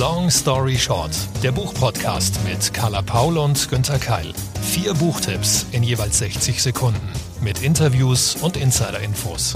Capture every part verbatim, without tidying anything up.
Long Story Short, der Buchpodcast mit Carla Paul und Günther Keil. Vier Buchtipps in jeweils sechzig Sekunden mit Interviews und Insider-Infos.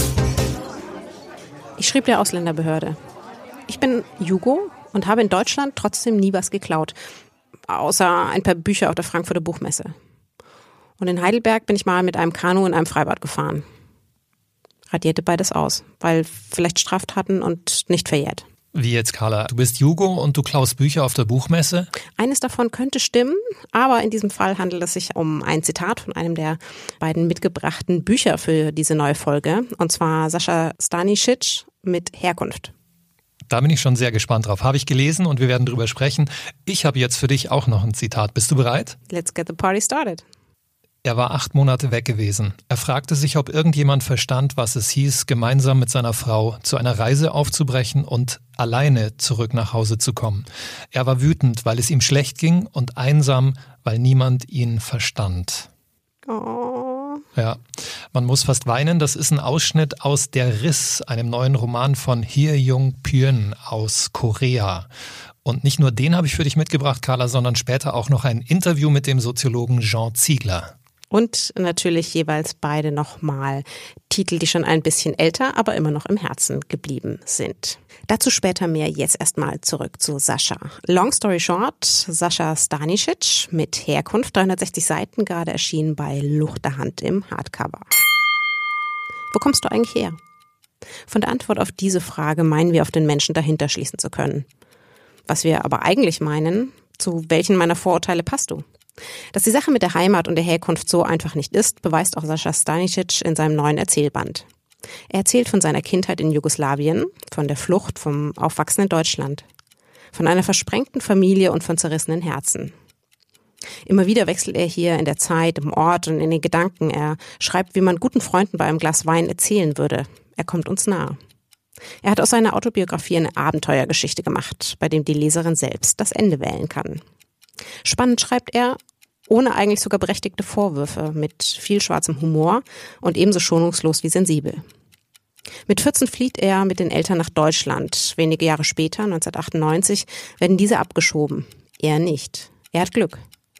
Ich schrieb der Ausländerbehörde. Ich bin Jugo und habe in Deutschland trotzdem nie was geklaut, außer ein paar Bücher auf der Frankfurter Buchmesse. Und in Heidelberg bin ich mal mit einem Kanu in einem Freibad gefahren. Radierte beides aus, weil vielleicht Straftaten und nicht verjährt. Wie jetzt, Carla? Du bist Jugo und du klaust Bücher auf der Buchmesse? Eines davon könnte stimmen, aber in diesem Fall handelt es sich um ein Zitat von einem der beiden mitgebrachten Bücher für diese neue Folge, und zwar Sascha Stanisic mit Herkunft. Da bin ich schon sehr gespannt drauf. Habe ich gelesen und wir werden drüber sprechen. Ich habe jetzt für dich auch noch ein Zitat. Bist du bereit? Let's get the party started. Er war acht Monate weg gewesen. Er fragte sich, ob irgendjemand verstand, was es hieß, gemeinsam mit seiner Frau zu einer Reise aufzubrechen und alleine zurück nach Hause zu kommen. Er war wütend, weil es ihm schlecht ging, und einsam, weil niemand ihn verstand. Oh. Ja, man muss fast weinen. Das ist ein Ausschnitt aus Der Riss, einem neuen Roman von Hye Jung-pyun aus Korea. Und nicht nur den habe ich für dich mitgebracht, Carla, sondern später auch noch ein Interview mit dem Soziologen Jean Ziegler. Und natürlich jeweils beide nochmal Titel, die schon ein bisschen älter, aber immer noch im Herzen geblieben sind. Dazu später mehr. Jetzt erstmal zurück zu Sascha. Long story short, Sascha Stanisic mit Herkunft, dreihundertsechzig Seiten, gerade erschienen bei Luchterhand im Hardcover. Wo kommst du eigentlich her? Von der Antwort auf diese Frage meinen wir, auf den Menschen dahinter schließen zu können. Was wir aber eigentlich meinen, zu welchen meiner Vorurteile passt du? Dass die Sache mit der Heimat und der Herkunft so einfach nicht ist, beweist auch Sascha Stanisic in seinem neuen Erzählband. Er erzählt von seiner Kindheit in Jugoslawien, von der Flucht, vom Aufwachsen in Deutschland, von einer versprengten Familie und von zerrissenen Herzen. Immer wieder wechselt er hier in der Zeit, im Ort und in den Gedanken. Er schreibt, wie man guten Freunden bei einem Glas Wein erzählen würde. Er kommt uns nahe. Er hat aus seiner Autobiografie eine Abenteuergeschichte gemacht, bei dem die Leserin selbst das Ende wählen kann. Spannend schreibt er, ohne eigentlich sogar berechtigte Vorwürfe, mit viel schwarzem Humor und ebenso schonungslos wie sensibel. Mit vierzehn flieht er mit den Eltern nach Deutschland. Wenige Jahre später, neunzehnhundertachtundneunzig, werden diese abgeschoben. Er nicht. Er hat Glück.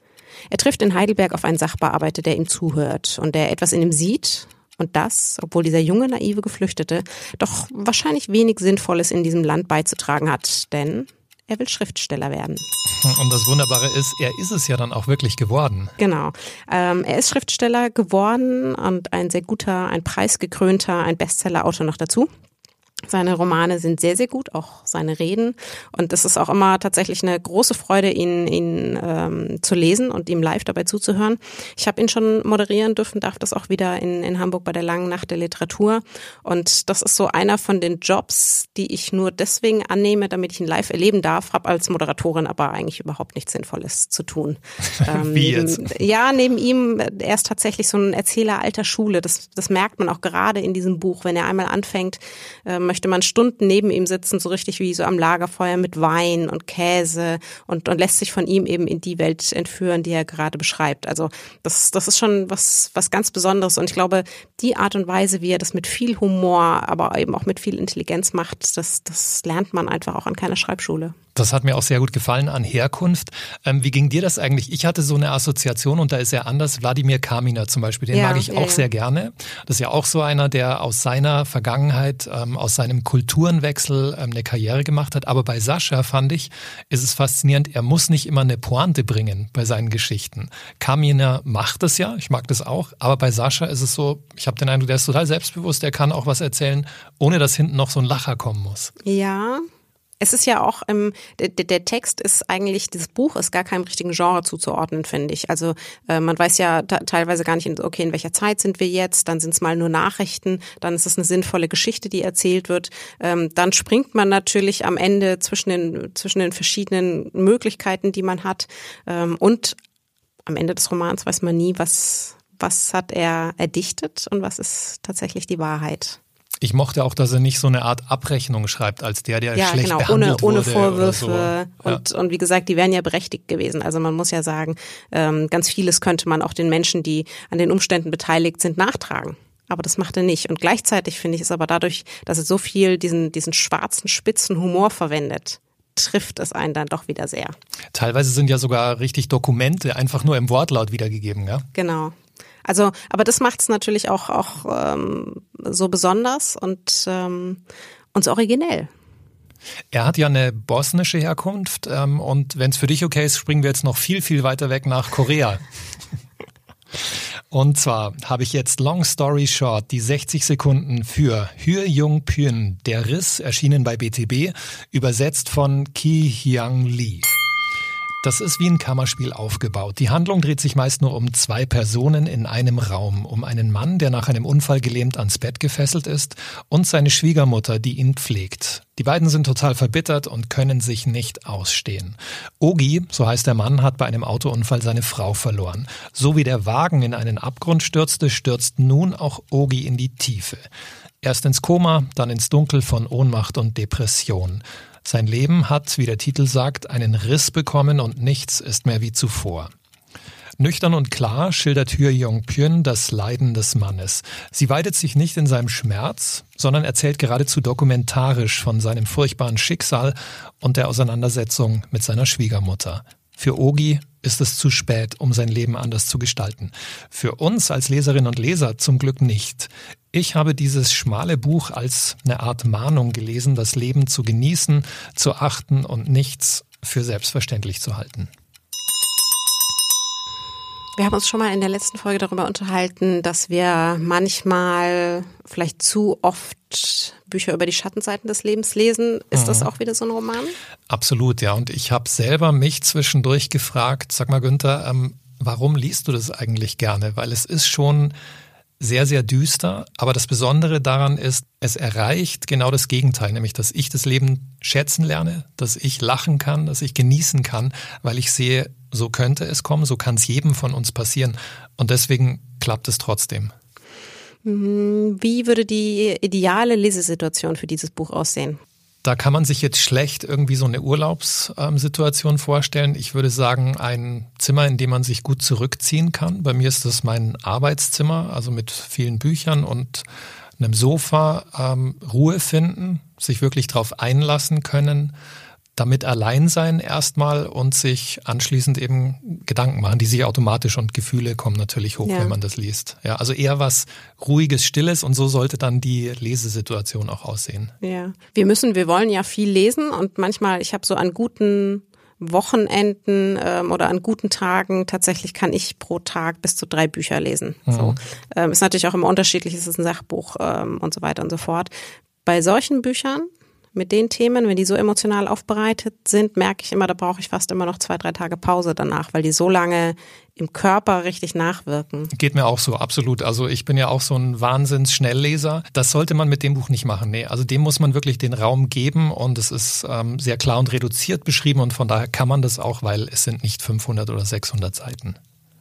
Er trifft in Heidelberg auf einen Sachbearbeiter, der ihm zuhört und der etwas in ihm sieht. Und das, obwohl dieser junge, naive Geflüchtete doch wahrscheinlich wenig Sinnvolles in diesem Land beizutragen hat, denn er will Schriftsteller werden. Und das Wunderbare ist, er ist es ja dann auch wirklich geworden. Genau. Ähm, er ist Schriftsteller geworden und ein sehr guter, ein preisgekrönter, ein Bestseller-Autor noch dazu. Seine Romane sind sehr, sehr gut, auch seine Reden. Und es ist auch immer tatsächlich eine große Freude, ihn, ihn ähm, zu lesen und ihm live dabei zuzuhören. Ich habe ihn schon moderieren dürfen, darf das auch wieder in, in Hamburg bei der Langen Nacht der Literatur. Und das ist so einer von den Jobs, die ich nur deswegen annehme, damit ich ihn live erleben darf. Habe als Moderatorin aber eigentlich überhaupt nichts Sinnvolles zu tun. Ähm, Wie jetzt? Neben, ja, neben ihm, er ist tatsächlich so ein Erzähler alter Schule. Das, das merkt man auch gerade in diesem Buch. Wenn er einmal anfängt, ähm, möchte man Stunden neben ihm sitzen, so richtig wie so am Lagerfeuer mit Wein und Käse und, und lässt sich von ihm eben in die Welt entführen, die er gerade beschreibt. Also das, das ist schon was, was ganz Besonderes, und ich glaube, die Art und Weise, wie er das mit viel Humor, aber eben auch mit viel Intelligenz macht, das, das lernt man einfach auch an keiner Schreibschule. Das hat mir auch sehr gut gefallen an Herkunft. Ähm, wie ging dir das eigentlich? Ich hatte so eine Assoziation, und da ist er anders. Wladimir Kaminer zum Beispiel, den ja, mag ich ja, auch ja. sehr gerne. Das ist ja auch so einer, der aus seiner Vergangenheit, ähm, aus seinem Kulturenwechsel ähm, eine Karriere gemacht hat. Aber bei Sascha, fand ich, ist es faszinierend, er muss nicht immer eine Pointe bringen bei seinen Geschichten. Kaminer macht das ja, ich mag das auch. Aber bei Sascha ist es so, ich habe den Eindruck, der ist total selbstbewusst, der kann auch was erzählen, ohne dass hinten noch so ein Lacher kommen muss. Ja. Es ist ja auch, ähm, der, der Text ist eigentlich, dieses Buch ist gar keinem richtigen Genre zuzuordnen, finde ich. Also äh, man weiß ja ta- teilweise gar nicht, in, okay, in welcher Zeit sind wir jetzt, dann sind es mal nur Nachrichten, dann ist es eine sinnvolle Geschichte, die erzählt wird. Ähm, dann springt man natürlich am Ende zwischen den, zwischen den verschiedenen Möglichkeiten, die man hat. Ähm, und am Ende des Romans weiß man nie, was, was hat er erdichtet und was ist tatsächlich die Wahrheit. Ich mochte auch, dass er nicht so eine Art Abrechnung schreibt, als der, der ja, schlecht genau, behandelt ohne, ohne wurde. Vorwürfe. Oder so. und, ja. und wie gesagt, die wären ja berechtigt gewesen. Also man muss ja sagen, ähm, ganz vieles könnte man auch den Menschen, die an den Umständen beteiligt sind, nachtragen. Aber das macht er nicht. Und gleichzeitig finde ich es aber dadurch, dass er so viel diesen, diesen schwarzen, spitzen Humor verwendet, trifft es einen dann doch wieder sehr. Teilweise sind ja sogar richtig Dokumente einfach nur im Wortlaut wiedergegeben, ja? Genau. Also, aber das macht es natürlich auch, auch ähm, so besonders und, ähm, und so originell. Er hat ja eine bosnische Herkunft ähm, und wenn es für dich okay ist, springen wir jetzt noch viel, viel weiter weg nach Korea. Und zwar habe ich jetzt Long Story Short die sechzig Sekunden für Hyun Jung Pyun, der Riss, erschienen bei B T B, übersetzt von Ki Hyang Lee. Das ist wie ein Kammerspiel aufgebaut. Die Handlung dreht sich meist nur um zwei Personen in einem Raum. Um einen Mann, der nach einem Unfall gelähmt ans Bett gefesselt ist, und seine Schwiegermutter, die ihn pflegt. Die beiden sind total verbittert und können sich nicht ausstehen. Ogi, so heißt der Mann, hat bei einem Autounfall seine Frau verloren. So wie der Wagen in einen Abgrund stürzte, stürzt nun auch Ogi in die Tiefe. Erst ins Koma, dann ins Dunkel von Ohnmacht und Depression. Sein Leben hat, wie der Titel sagt, einen Riss bekommen und nichts ist mehr wie zuvor. Nüchtern und klar schildert Hyun Jung Pyun das Leiden des Mannes. Sie weidet sich nicht in seinem Schmerz, sondern erzählt geradezu dokumentarisch von seinem furchtbaren Schicksal und der Auseinandersetzung mit seiner Schwiegermutter. Für Ogi ist es zu spät, um sein Leben anders zu gestalten. Für uns als Leserinnen und Leser zum Glück nicht. Ich habe dieses schmale Buch als eine Art Mahnung gelesen, das Leben zu genießen, zu achten und nichts für selbstverständlich zu halten. Wir haben uns schon mal in der letzten Folge darüber unterhalten, dass wir manchmal vielleicht zu oft Bücher über die Schattenseiten des Lebens lesen. Ist mhm. das auch wieder so ein Roman? Absolut, ja. Und ich habe selber mich zwischendurch gefragt, sag mal Günther, ähm, warum liest du das eigentlich gerne? Weil es ist schon sehr, sehr düster, aber das Besondere daran ist, es erreicht genau das Gegenteil, nämlich dass ich das Leben schätzen lerne, dass ich lachen kann, dass ich genießen kann, weil ich sehe, so könnte es kommen, so kann es jedem von uns passieren und deswegen klappt es trotzdem. Wie würde die ideale Lesesituation für dieses Buch aussehen? Da kann man sich jetzt schlecht irgendwie so eine Urlaubssituation vorstellen. Ich würde sagen, ein Zimmer, in dem man sich gut zurückziehen kann. Bei mir ist das mein Arbeitszimmer, also mit vielen Büchern und einem Sofa. Ähm, Ruhe finden, sich wirklich drauf einlassen können, damit allein sein erstmal und sich anschließend eben Gedanken machen, die sich automatisch und Gefühle kommen natürlich hoch, ja. wenn man das liest. Ja, also eher was Ruhiges, Stilles und so sollte dann die Lesesituation auch aussehen. Ja, wir müssen, wir wollen ja viel lesen und manchmal, ich habe so an guten Wochenenden ähm, oder an guten Tagen, tatsächlich kann ich pro Tag bis zu drei Bücher lesen. Mhm. So ähm, ist natürlich auch immer unterschiedlich, ist es ein Sachbuch ähm, und so weiter und so fort. Bei solchen Büchern mit den Themen, wenn die so emotional aufbereitet sind, merke ich immer, da brauche ich fast immer noch zwei, drei Tage Pause danach, weil die so lange im Körper richtig nachwirken. Geht mir auch so, absolut. Also ich bin ja auch so ein Wahnsinns-Schnellleser. Das sollte man mit dem Buch nicht machen. Nee, also dem muss man wirklich den Raum geben und es ist ähm, sehr klar und reduziert beschrieben und von daher kann man das auch, weil es sind nicht fünfhundert oder sechshundert Seiten.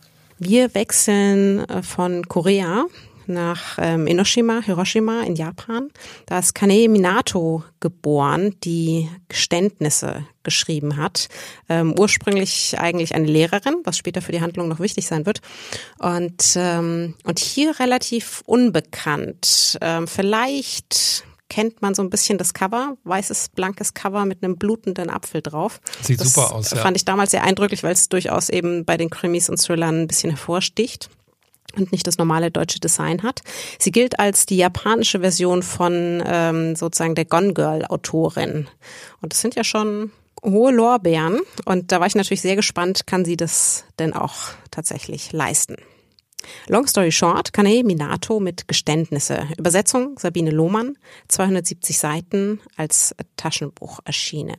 Wir wechseln von Korea nach ähm, Enoshima, Hiroshima in Japan. Da ist Kanei Minato geboren, die Geständnisse geschrieben hat. Ähm, ursprünglich eigentlich eine Lehrerin, was später für die Handlung noch wichtig sein wird. Und, ähm, und hier relativ unbekannt. Ähm, vielleicht kennt man so ein bisschen das Cover, weißes, blankes Cover mit einem blutenden Apfel drauf. Sieht das super aus, ja. Fand ich damals sehr eindrücklich, weil es durchaus eben bei den Krimis und Thrillern ein bisschen hervorsticht und nicht das normale deutsche Design hat. Sie gilt als die japanische Version von ähm, sozusagen der Gone Girl-Autorin. Und das sind ja schon hohe Lorbeeren. Und da war ich natürlich sehr gespannt, kann sie das denn auch tatsächlich leisten. Long story short, Kanei Minato mit Geständnisse. Übersetzung Sabine Lohmann, zweihundertsiebzig Seiten, als Taschenbuch erschienen.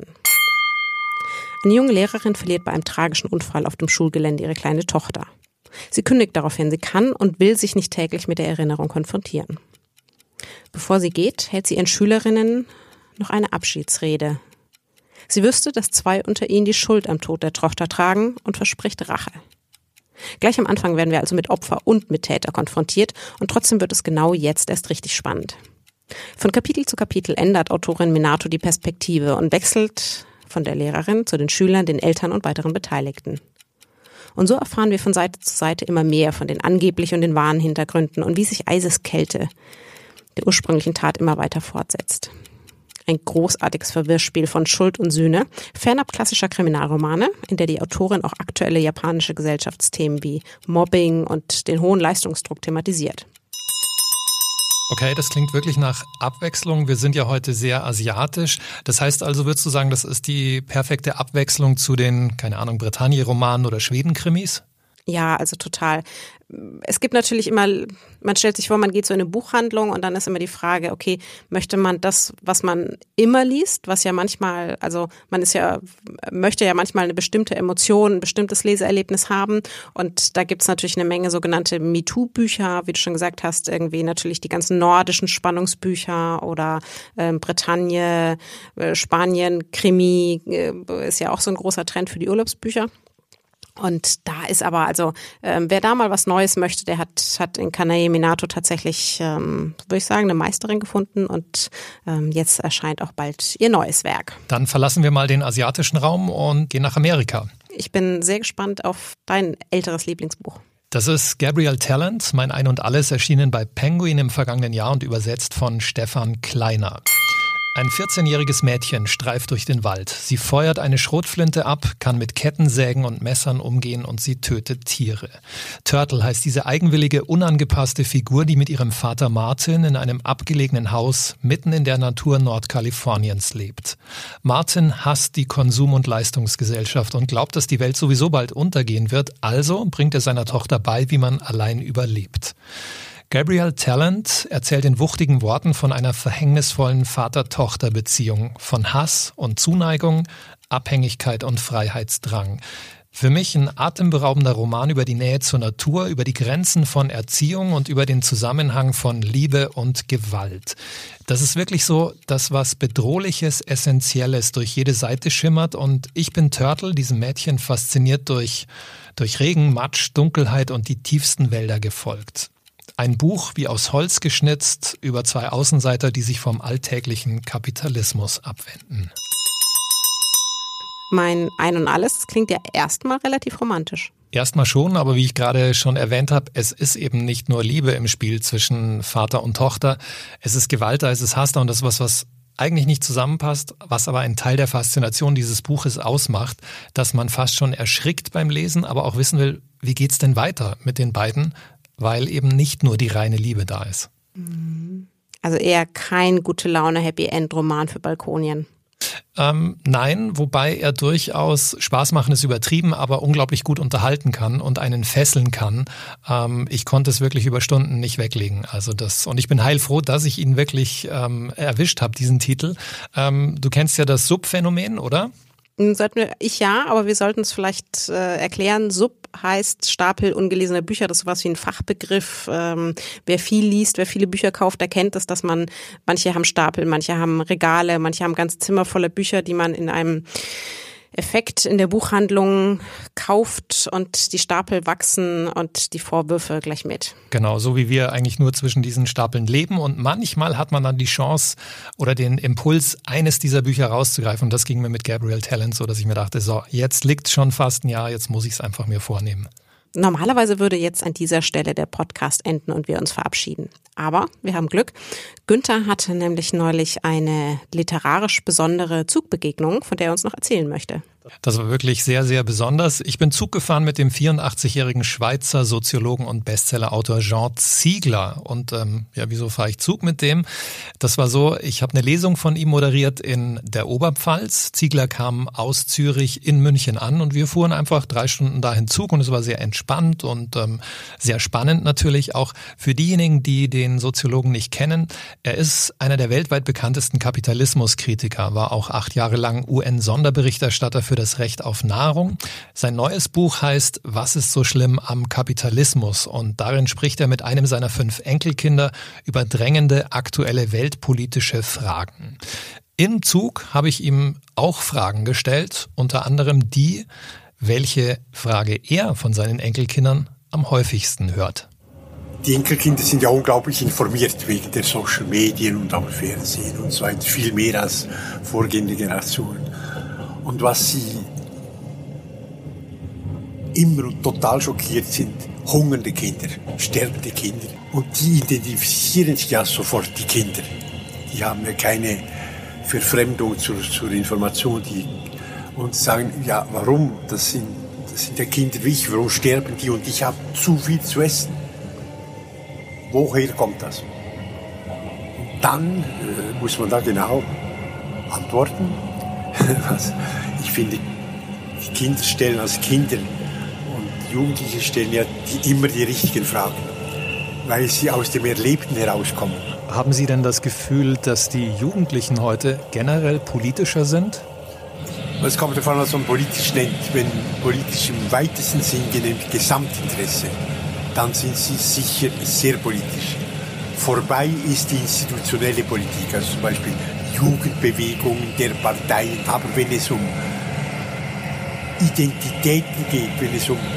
Eine junge Lehrerin verliert bei einem tragischen Unfall auf dem Schulgelände ihre kleine Tochter. Sie kündigt daraufhin, sie kann und will sich nicht täglich mit der Erinnerung konfrontieren. Bevor sie geht, hält sie ihren Schülerinnen noch eine Abschiedsrede. Sie wüsste, dass zwei unter ihnen die Schuld am Tod der Tochter tragen und verspricht Rache. Gleich am Anfang werden wir also mit Opfer und mit Täter konfrontiert und trotzdem wird es genau jetzt erst richtig spannend. Von Kapitel zu Kapitel ändert Autorin Minato die Perspektive und wechselt von der Lehrerin zu den Schülern, den Eltern und weiteren Beteiligten. Und so erfahren wir von Seite zu Seite immer mehr von den angeblich und den wahren Hintergründen und wie sich Eiseskälte der ursprünglichen Tat immer weiter fortsetzt. Ein großartiges Verwirrspiel von Schuld und Sühne, fernab klassischer Kriminalromane, in der die Autorin auch aktuelle japanische Gesellschaftsthemen wie Mobbing und den hohen Leistungsdruck thematisiert. Okay, das klingt wirklich nach Abwechslung. Wir sind ja heute sehr asiatisch. Das heißt also, würdest du sagen, das ist die perfekte Abwechslung zu den, keine Ahnung, Bretagne-Romanen oder Schweden-Krimis? Ja, also total. Es gibt natürlich immer, man stellt sich vor, man geht so in eine Buchhandlung und dann ist immer die Frage, okay, möchte man das, was man immer liest, was ja manchmal, also man ist ja, möchte ja manchmal eine bestimmte Emotion, ein bestimmtes Leseerlebnis haben und da gibt's natürlich eine Menge sogenannte MeToo-Bücher, wie du schon gesagt hast, irgendwie natürlich die ganzen nordischen Spannungsbücher oder äh, Bretagne, äh, Spanien, Krimi, äh, ist ja auch so ein großer Trend für die Urlaubsbücher. Und da ist aber, also ähm, wer da mal was Neues möchte, der hat hat in Kanae Minato tatsächlich, ähm, würde ich sagen, eine Meisterin gefunden und ähm, jetzt erscheint auch bald ihr neues Werk. Dann verlassen wir mal den asiatischen Raum und gehen nach Amerika. Ich bin sehr gespannt auf dein älteres Lieblingsbuch. Das ist Gabrielle Talent, Mein Ein und Alles, erschienen bei Penguin im vergangenen Jahr und übersetzt von Stefan Kleiner. Ein vierzehnjähriges Mädchen streift durch den Wald. Sie feuert eine Schrotflinte ab, kann mit Kettensägen und Messern umgehen und sie tötet Tiere. Turtle heißt diese eigenwillige, unangepasste Figur, die mit ihrem Vater Martin in einem abgelegenen Haus mitten in der Natur Nordkaliforniens lebt. Martin hasst die Konsum- und Leistungsgesellschaft und glaubt, dass die Welt sowieso bald untergehen wird, also bringt er seiner Tochter bei, wie man allein überlebt. Gabrielle Talent erzählt in wuchtigen Worten von einer verhängnisvollen Vater-Tochter-Beziehung, von Hass und Zuneigung, Abhängigkeit und Freiheitsdrang. Für mich ein atemberaubender Roman über die Nähe zur Natur, über die Grenzen von Erziehung und über den Zusammenhang von Liebe und Gewalt. Das ist wirklich so, dass was Bedrohliches, Essentielles durch jede Seite schimmert und ich bin Turtle, diesem Mädchen, fasziniert durch, durch Regen, Matsch, Dunkelheit und die tiefsten Wälder gefolgt. Ein Buch wie aus Holz geschnitzt über zwei Außenseiter, die sich vom alltäglichen Kapitalismus abwenden. Mein Ein und Alles, das klingt ja erstmal relativ romantisch. Erstmal schon, aber wie ich gerade schon erwähnt habe, es ist eben nicht nur Liebe im Spiel zwischen Vater und Tochter. Es ist Gewalt da, es ist Hass da und das ist was, was eigentlich nicht zusammenpasst, was aber ein Teil der Faszination dieses Buches ausmacht, dass man fast schon erschrickt beim Lesen, aber auch wissen will, wie geht's denn weiter mit den beiden? Weil eben nicht nur die reine Liebe da ist. Also eher kein Gute-Laune-Happy-End-Roman für Balkonien. Ähm, nein, wobei er durchaus Spaß machen ist übertrieben, aber unglaublich gut unterhalten kann und einen fesseln kann. Ähm, ich konnte es wirklich über Stunden nicht weglegen. Also das, und ich bin heilfroh, dass ich ihn wirklich ähm, erwischt habe, diesen Titel. Ähm, du kennst ja das Sub-Phänomen, oder? Sollten wir, ich ja, aber wir sollten es vielleicht äh, erklären. Sub heißt Stapel ungelesener Bücher, das ist sowas wie ein Fachbegriff. Ähm, wer viel liest, wer viele Bücher kauft, der kennt es, dass man, manche haben Stapel, manche haben Regale, manche haben ganz Zimmer voller Bücher, die man in einem Effekt in der Buchhandlung kauft und die Stapel wachsen und die Vorwürfe gleich mit. Genau, so wie wir eigentlich nur zwischen diesen Stapeln leben und manchmal hat man dann die Chance oder den Impuls, eines dieser Bücher rauszugreifen und das ging mir mit Gabrielle Talent so, dass ich mir dachte, so, jetzt liegt schon fast ein Jahr, jetzt muss ich es einfach mir vornehmen. Normalerweise würde jetzt an dieser Stelle der Podcast enden und wir uns verabschieden. Aber wir haben Glück. Günther hatte nämlich neulich eine literarisch besondere Zugbegegnung, von der er uns noch erzählen möchte. Das war wirklich sehr, sehr besonders. Ich bin Zug gefahren mit dem vierundachtzigjährigen Schweizer Soziologen und Bestsellerautor Jean Ziegler. Und ähm, ja, wieso fahre ich Zug mit dem? Das war so, ich habe eine Lesung von ihm moderiert in der Oberpfalz. Ziegler kam aus Zürich in München an und wir fuhren einfach drei Stunden dahin Zug und es war sehr entspannt und ähm, sehr spannend natürlich auch für diejenigen, die den Soziologen nicht kennen. Er ist einer der weltweit bekanntesten Kapitalismuskritiker, war auch acht Jahre lang U N-Sonderberichterstatter für das Recht auf Nahrung. Sein neues Buch heißt Was ist so schlimm am Kapitalismus? Und darin spricht er mit einem seiner fünf Enkelkinder über drängende aktuelle weltpolitische Fragen. Im Zug habe ich ihm auch Fragen gestellt, unter anderem die, welche Frage er von seinen Enkelkindern am häufigsten hört. Die Enkelkinder sind ja unglaublich informiert wegen der Social Medien und auch Fernsehen und so weiter, viel mehr als vorgehende Generationen. Und was sie immer und total schockiert sind, hungernde Kinder, sterbende Kinder. Und die identifizieren sich ja sofort, die Kinder. Die haben ja keine Verfremdung zur, zur Information, die und sagen, ja, warum? Das sind, das sind ja Kinder wie ich, warum sterben die und ich habe zu viel zu essen? Woher kommt das? Und dann äh, muss man da genau antworten. Also, ich finde, die Kinder stellen als Kinder und Jugendliche stellen ja die, immer die richtigen Fragen, weil sie aus dem Erlebten herauskommen. Haben Sie denn das Gefühl, dass die Jugendlichen heute generell politischer sind? Es kommt davon, was man politisch nennt. Wenn politisch im weitesten Sinn genannt Gesamtinteresse, dann sind sie sicher sehr politisch. Vorbei ist die institutionelle Politik, also zum Beispiel Jugendbewegungen der Parteien. Aber wenn es um Identitäten geht, wenn es um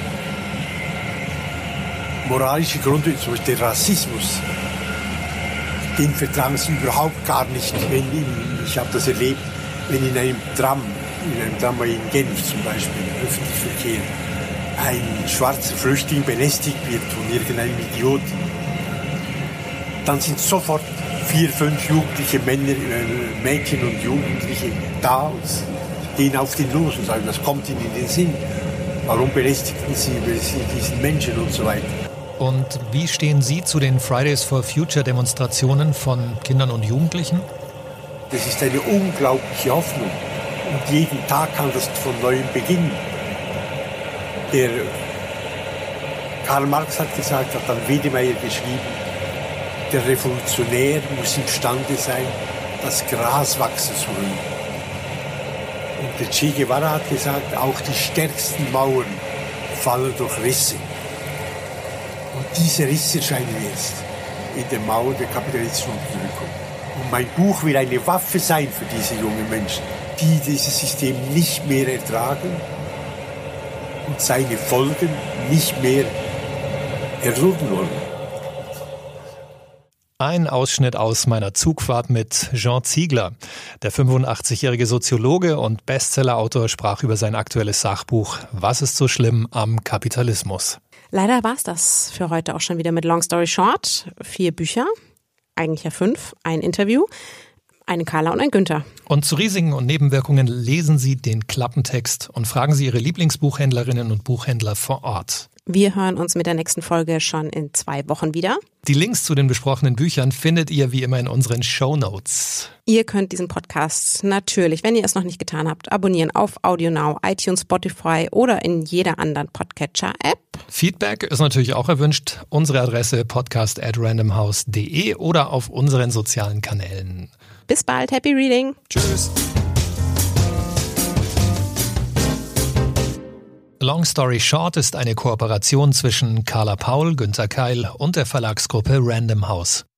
moralische Gründe, zum Beispiel der Rassismus, den vertragen sie überhaupt gar nicht. Wenn in, ich habe das erlebt, wenn in einem Tram, in einem Tram in Genf zum Beispiel, im öffentlichen Verkehr, ein schwarzer Flüchtling belästigt wird von irgendeinem Idioten, dann sind sofort vier, fünf jugendliche Männer, äh, Mädchen und Jugendliche da und gehen auf den los und sagen, das kommt ihnen in den Sinn. Warum belästigen sie diesen Menschen und so weiter. Und wie stehen Sie zu den Fridays for Future Demonstrationen von Kindern und Jugendlichen? Das ist eine unglaubliche Hoffnung. Und jeden Tag kann das von neuem beginnen. Der Karl Marx hat gesagt, hat an Wedemeyer geschrieben, der Revolutionär muss imstande sein, das Gras wachsen zu hören. Und der Che Guevara hat gesagt, auch die stärksten Mauern fallen durch Risse. Und diese Risse scheinen jetzt in der Mauer der kapitalistischen Unterdrückung. Und mein Buch will eine Waffe sein für diese jungen Menschen, die dieses System nicht mehr ertragen und seine Folgen nicht mehr erdulden wollen. Ein Ausschnitt aus meiner Zugfahrt mit Jean Ziegler. Der fünfundachtzigjährige Soziologe und Bestsellerautor sprach über sein aktuelles Sachbuch Was ist so schlimm am Kapitalismus? Leider war es das für heute auch schon wieder mit Long Story Short. Vier Bücher, eigentlich ja fünf, ein Interview, eine Carla und ein Günther. Und zu Risiken und Nebenwirkungen lesen Sie den Klappentext und fragen Sie Ihre Lieblingsbuchhändlerinnen und Buchhändler vor Ort. Wir hören uns mit der nächsten Folge schon in zwei Wochen wieder. Die Links zu den besprochenen Büchern findet ihr wie immer in unseren Shownotes. Ihr könnt diesen Podcast natürlich, wenn ihr es noch nicht getan habt, abonnieren auf AudioNow, iTunes, Spotify oder in jeder anderen Podcatcher-App. Feedback ist natürlich auch erwünscht. Unsere Adresse podcast at randomhouse punkt de oder auf unseren sozialen Kanälen. Bis bald, happy reading. Tschüss. Long Story Short ist eine Kooperation zwischen Carla Paul, Günther Keil und der Verlagsgruppe Random House.